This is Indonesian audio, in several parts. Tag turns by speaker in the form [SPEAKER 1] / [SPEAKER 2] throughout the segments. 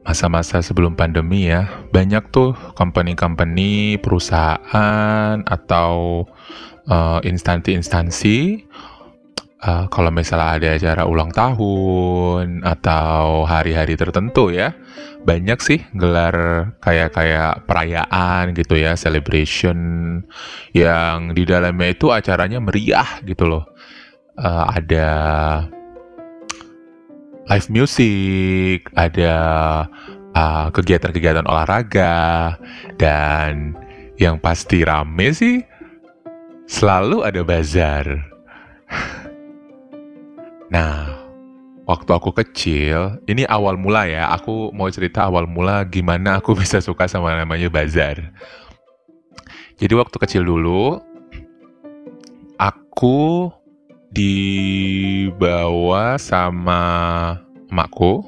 [SPEAKER 1] Masa-masa sebelum pandemi ya, banyak tuh company-company, perusahaan, atau instansi-instansi, kalau misalnya ada acara ulang tahun atau hari-hari tertentu ya, banyak sih gelar kayak perayaan gitu ya, celebration yang di dalamnya itu acaranya meriah gitu loh. Ada live music, ada kegiatan-kegiatan olahraga, dan yang pasti rame sih selalu ada bazar. Nah, waktu aku kecil, ini awal mula ya, aku mau cerita awal mula gimana aku bisa suka sama namanya bazar. Jadi waktu kecil dulu, aku dibawa sama emakku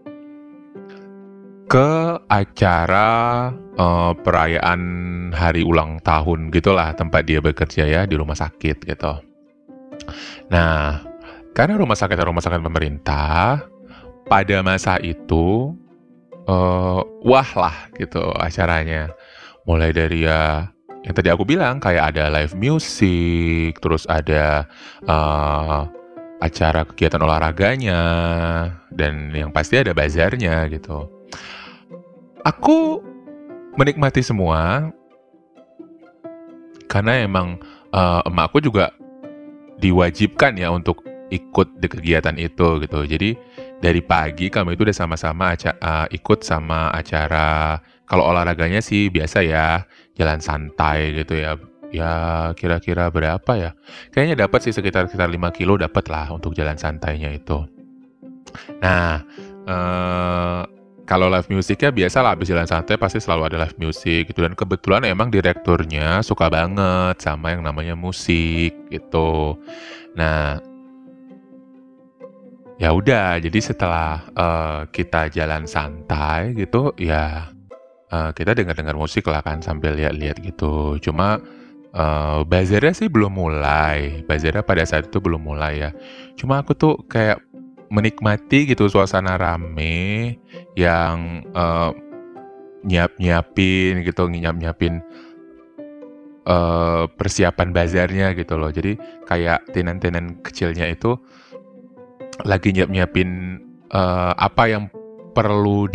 [SPEAKER 1] ke acara perayaan hari ulang tahun gitulah, tempat dia bekerja ya, di rumah sakit gitu. Nah, karena rumah sakit pemerintah, pada masa itu wah lah gitu acaranya. Mulai dari ya yang tadi aku bilang kayak ada live music, terus ada acara kegiatan olahraganya, dan yang pasti ada bazarnya gitu. Aku menikmati semua karena emang emakku juga diwajibkan ya untuk ikut di kegiatan itu gitu. Jadi dari pagi kami itu udah sama-sama ikut sama acara. Kalau olahraganya sih biasa ya, jalan santai gitu ya. Ya kira-kira berapa ya? Kayaknya dapat sih sekitar 5 kilo dapat lah untuk jalan santainya itu. Nah, kalau live musiknya biasa lah, habis jalan santai pasti selalu ada live music gitu, dan kebetulan emang direkturnya suka banget sama yang namanya musik gitu. Nah, ya udah, jadi setelah kita jalan santai gitu ya, kita dengar-dengar musik lah kan sambil lihat-lihat gitu. Cuma bazarnya sih belum mulai, bazarnya pada saat itu belum mulai ya. Cuma aku tuh kayak menikmati gitu suasana rame yang nyiapin persiapan bazarnya gitu loh. Jadi kayak tenan-tenan kecilnya itu lagi nyiapin apa yang perlu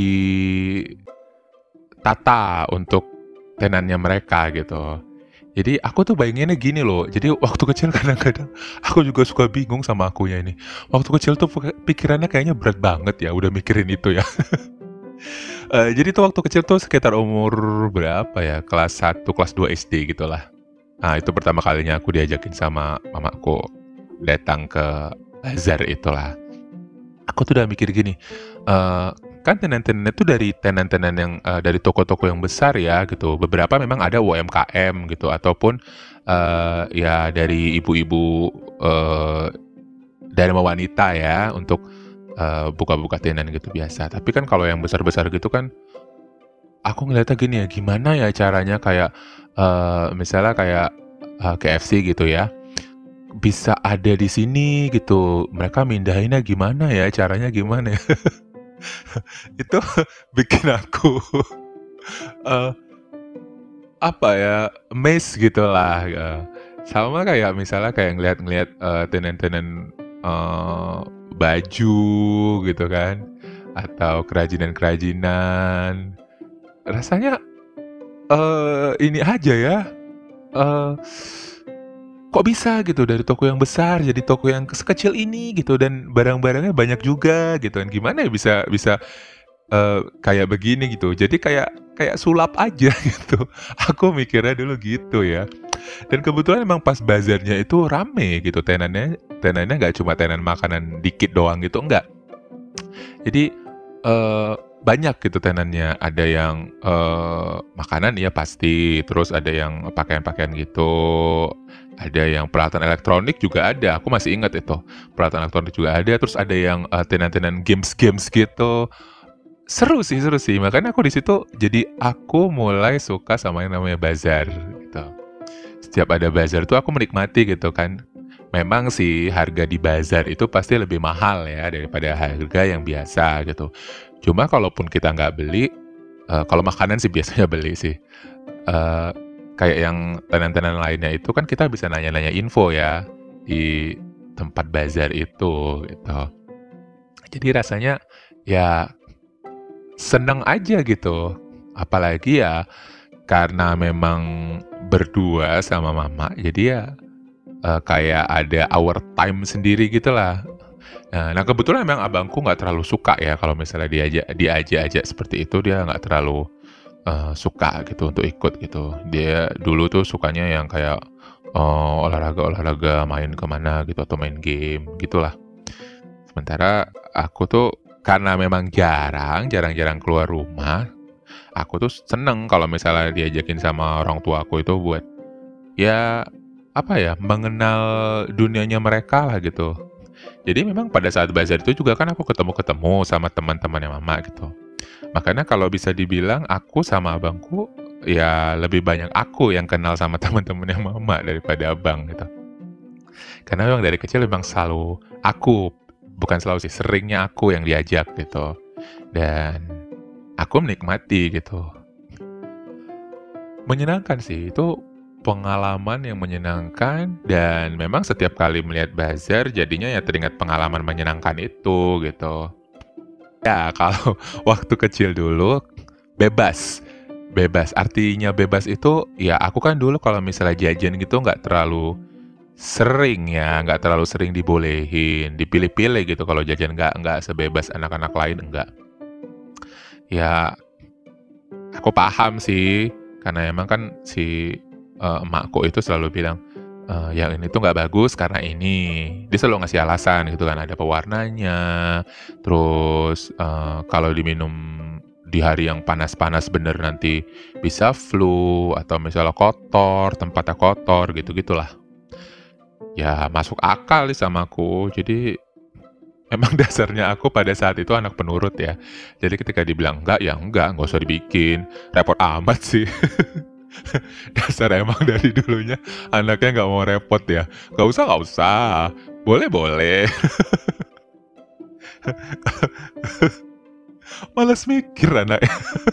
[SPEAKER 1] ditata untuk tenannya mereka gitu. Jadi aku tuh bayanginnya gini loh, jadi waktu kecil kadang-kadang aku juga suka bingung sama akunya ini. Waktu kecil tuh pikirannya kayaknya berat banget ya udah mikirin itu ya. Jadi tuh waktu kecil tuh sekitar umur berapa ya, kelas 1, kelas 2 SD gitulah. Nah, itu pertama kalinya aku diajakin sama mamaku datang ke bazar itulah. Aku tuh udah mikir gini, kan tenan-tenan itu dari tenan-tenan yang dari toko-toko yang besar ya gitu. Beberapa memang ada UMKM gitu, ataupun ya dari ibu-ibu Dharma wanita ya untuk buka-buka tenan gitu biasa. Tapi kan kalau yang besar-besar gitu kan, aku ngeliatnya gini ya, gimana ya caranya kayak misalnya kayak KFC gitu ya, bisa ada di sini gitu. Mereka mindahinnya gimana ya, caranya gimana ya? Itu bikin aku eee, apa ya, amazed gitulah, sama kayak misalnya kayak ngelihat-ngelihat tenan-tenan baju gitu kan, atau kerajinan-kerajinan. Rasanya ini aja ya, eee, kok bisa gitu dari toko yang besar jadi toko yang sekecil ini gitu, dan barang-barangnya banyak juga gitu kan. Gimana ya bisa bisa kayak begini gitu. Jadi kayak kayak sulap aja gitu. Aku mikirnya dulu gitu ya. Dan kebetulan emang pas bazarnya itu rame gitu, tenannya tenannya nggak cuma tenan makanan dikit doang gitu, enggak. Jadi, banyak gitu tenannya. Ada yang makanan ya pasti, terus ada yang pakaian-pakaian gitu, ada yang peralatan elektronik juga ada, aku masih ingat itu. Peralatan elektronik juga ada, terus ada yang tenan-tenan games-games gitu. Seru sih, makanya aku di situ jadi aku mulai suka sama yang namanya bazar gitu. Setiap ada bazar tuh aku menikmati gitu kan. Memang sih harga di bazar itu pasti lebih mahal ya daripada harga yang biasa gitu. Cuma kalaupun kita nggak beli, kalau makanan sih biasanya beli sih. Eee, Kayak yang tenan-tenan lainnya itu kan kita bisa nanya-nanya info ya, di tempat bazar itu, gitu. Jadi rasanya ya seneng aja gitu. Apalagi ya karena memang berdua sama mama, jadi ya, kayak ada our time sendiri gitulah. Nah kebetulan memang abangku nggak terlalu suka ya kalau misalnya diajak-ajak seperti itu, dia nggak terlalu, suka gitu untuk ikut gitu. Dia dulu tuh sukanya yang kayak, olahraga-olahraga, main kemana gitu atau main game gitulah. Sementara aku tuh karena memang jarang-jarang keluar rumah, aku tuh seneng kalau misalnya diajakin sama orang tua aku itu buat, ya, apa ya, mengenal dunianya mereka lah gitu. Jadi memang pada saat bazar itu juga kan aku ketemu-ketemu sama teman-temannya mama gitu. Makanya kalau bisa dibilang aku sama abangku, ya lebih banyak aku yang kenal sama teman-temannya mama daripada abang gitu. Karena memang dari kecil memang selalu aku, bukan selalu sih, seringnya aku yang diajak gitu. Dan aku menikmati gitu. Menyenangkan sih, itu pengalaman yang menyenangkan dan memang setiap kali melihat bazar jadinya ya teringat pengalaman menyenangkan itu gitu. Ya kalau waktu kecil dulu bebas, bebas. Artinya bebas itu ya aku kan dulu kalau misalnya jajan gitu nggak terlalu sering ya, nggak terlalu sering dibolehin, dipilih-pilih gitu kalau jajan, nggak sebebas anak-anak lain, enggak. Ya aku paham sih, karena emang kan si, emakku itu selalu bilang, "Yang ini tuh nggak bagus karena ini." Dia selalu ngasih alasan gitu kan, ada pewarnanya, terus, kalau diminum di hari yang panas-panas bener nanti bisa flu, atau misalnya kotor, tempatnya kotor, gitu-gitulah. Ya masuk akal sih sama aku, jadi memang dasarnya aku pada saat itu anak penurut ya. Jadi ketika dibilang enggak, ya enggak, nggak usah dibikin, repot amat sih. Dasar emang dari dulunya anaknya nggak mau repot ya. Nggak usah, boleh boleh. Males mikir anaknya.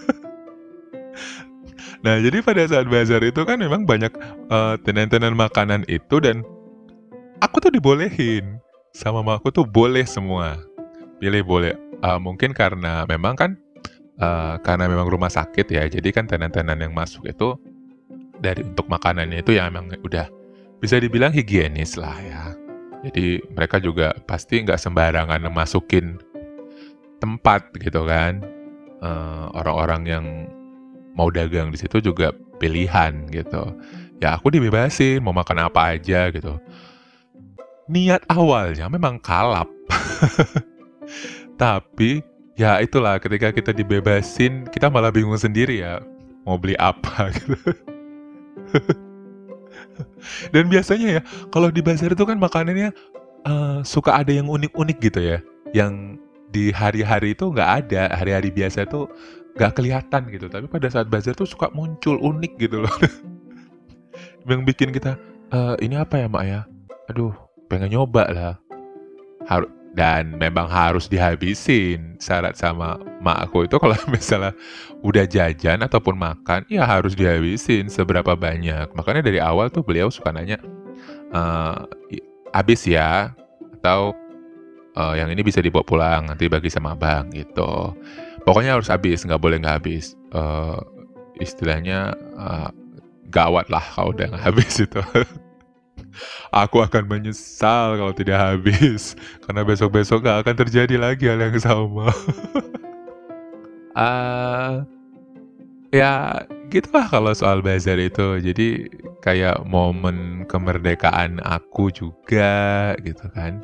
[SPEAKER 1] Nah jadi pada saat bazar itu kan memang banyak, tenan-tenan makanan itu dan aku tuh dibolehin, sama mamaku tuh boleh semua, pilih boleh. Mungkin karena memang kan, karena memang rumah sakit ya, jadi kan tenan-tenan yang masuk itu dari untuk makanannya itu ya emang udah bisa dibilang higienis lah ya. Jadi mereka juga pasti nggak sembarangan masukin tempat gitu kan. Orang-orang yang mau dagang di situ juga pilihan gitu. Ya aku dibebasin mau makan apa aja gitu. Niat awalnya memang kalap, tapi ya itulah ketika kita dibebasin kita malah bingung sendiri ya mau beli apa gitu. Dan biasanya ya, kalau di bazar itu kan makanannya, suka ada yang unik-unik gitu ya, yang di hari-hari itu nggak ada, hari-hari biasa itu nggak kelihatan gitu, tapi pada saat bazar tuh suka muncul unik gitu loh, yang bikin kita, "Ini apa ya, Mak, ya? Aduh, pengen nyoba lah." Dan memang harus dihabisin, syarat sama mak aku itu kalau misalnya udah jajan ataupun makan, ya harus dihabisin seberapa banyak. Makanya dari awal tuh beliau suka nanya, eee, "Habis ya?" Atau, "Yang ini bisa dibawa pulang, nanti bagi sama Abang," gitu. Pokoknya harus habis, nggak boleh nggak habis. Istilahnya, gawat lah kalau udah nggak habis itu. Aku akan menyesal kalau tidak habis, karena besok-besok nggak akan terjadi lagi hal yang sama. Eee, Ya gitulah kalau soal bazar itu. Jadi kayak momen kemerdekaan aku juga gitu kan.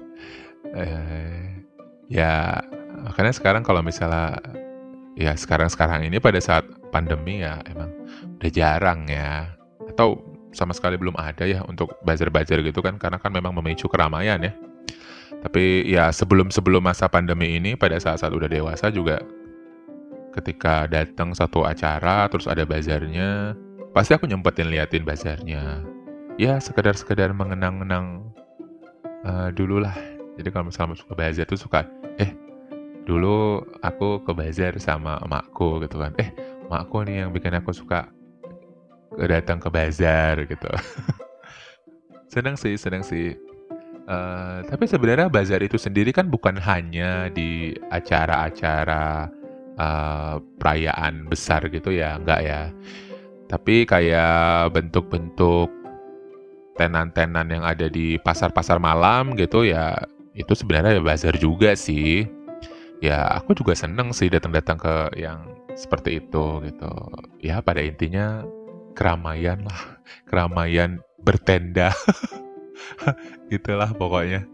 [SPEAKER 1] Ya makanya sekarang kalau misalnya ya sekarang-sekarang ini pada saat pandemi ya emang udah jarang ya, atau sama sekali belum ada ya untuk bazar-bazar gitu kan, karena kan memang memicu keramaian ya. Tapi ya sebelum-sebelum masa pandemi ini pada saat-saat udah dewasa juga ketika datang satu acara terus ada bazarnya, pasti aku nyempetin liatin bazarnya. Ya sekedar-sekedar mengenang-enang, dululah. Jadi kalau misalnya masuk ke bazar tuh suka, "Eh, Dulu aku ke bazar sama emakku gitu kan, emakku nih yang bikin aku suka datang ke bazar gitu. Seneng sih seneng sih. Tapi sebenarnya bazar itu sendiri kan bukan hanya di acara-acara, perayaan besar gitu ya, enggak ya. Tapi kayak bentuk-bentuk tenan-tenan yang ada di pasar-pasar malam gitu ya, itu sebenarnya ya bazar juga sih. Ya aku juga seneng sih datang-datang ke yang seperti itu gitu. Ya pada intinya keramaian lah, keramaian bertenda, gitulah pokoknya.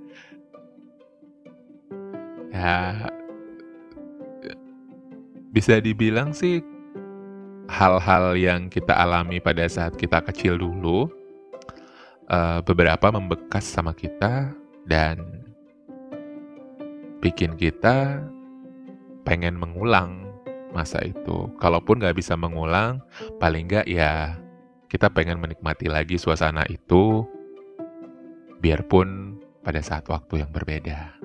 [SPEAKER 1] Ya bisa dibilang sih hal-hal yang kita alami pada saat kita kecil dulu, beberapa membekas sama kita dan bikin kita pengen mengulang masa itu. Kalaupun nggak bisa mengulang, paling nggak ya kita pengen menikmati lagi suasana itu, biarpun pada saat waktu yang berbeda.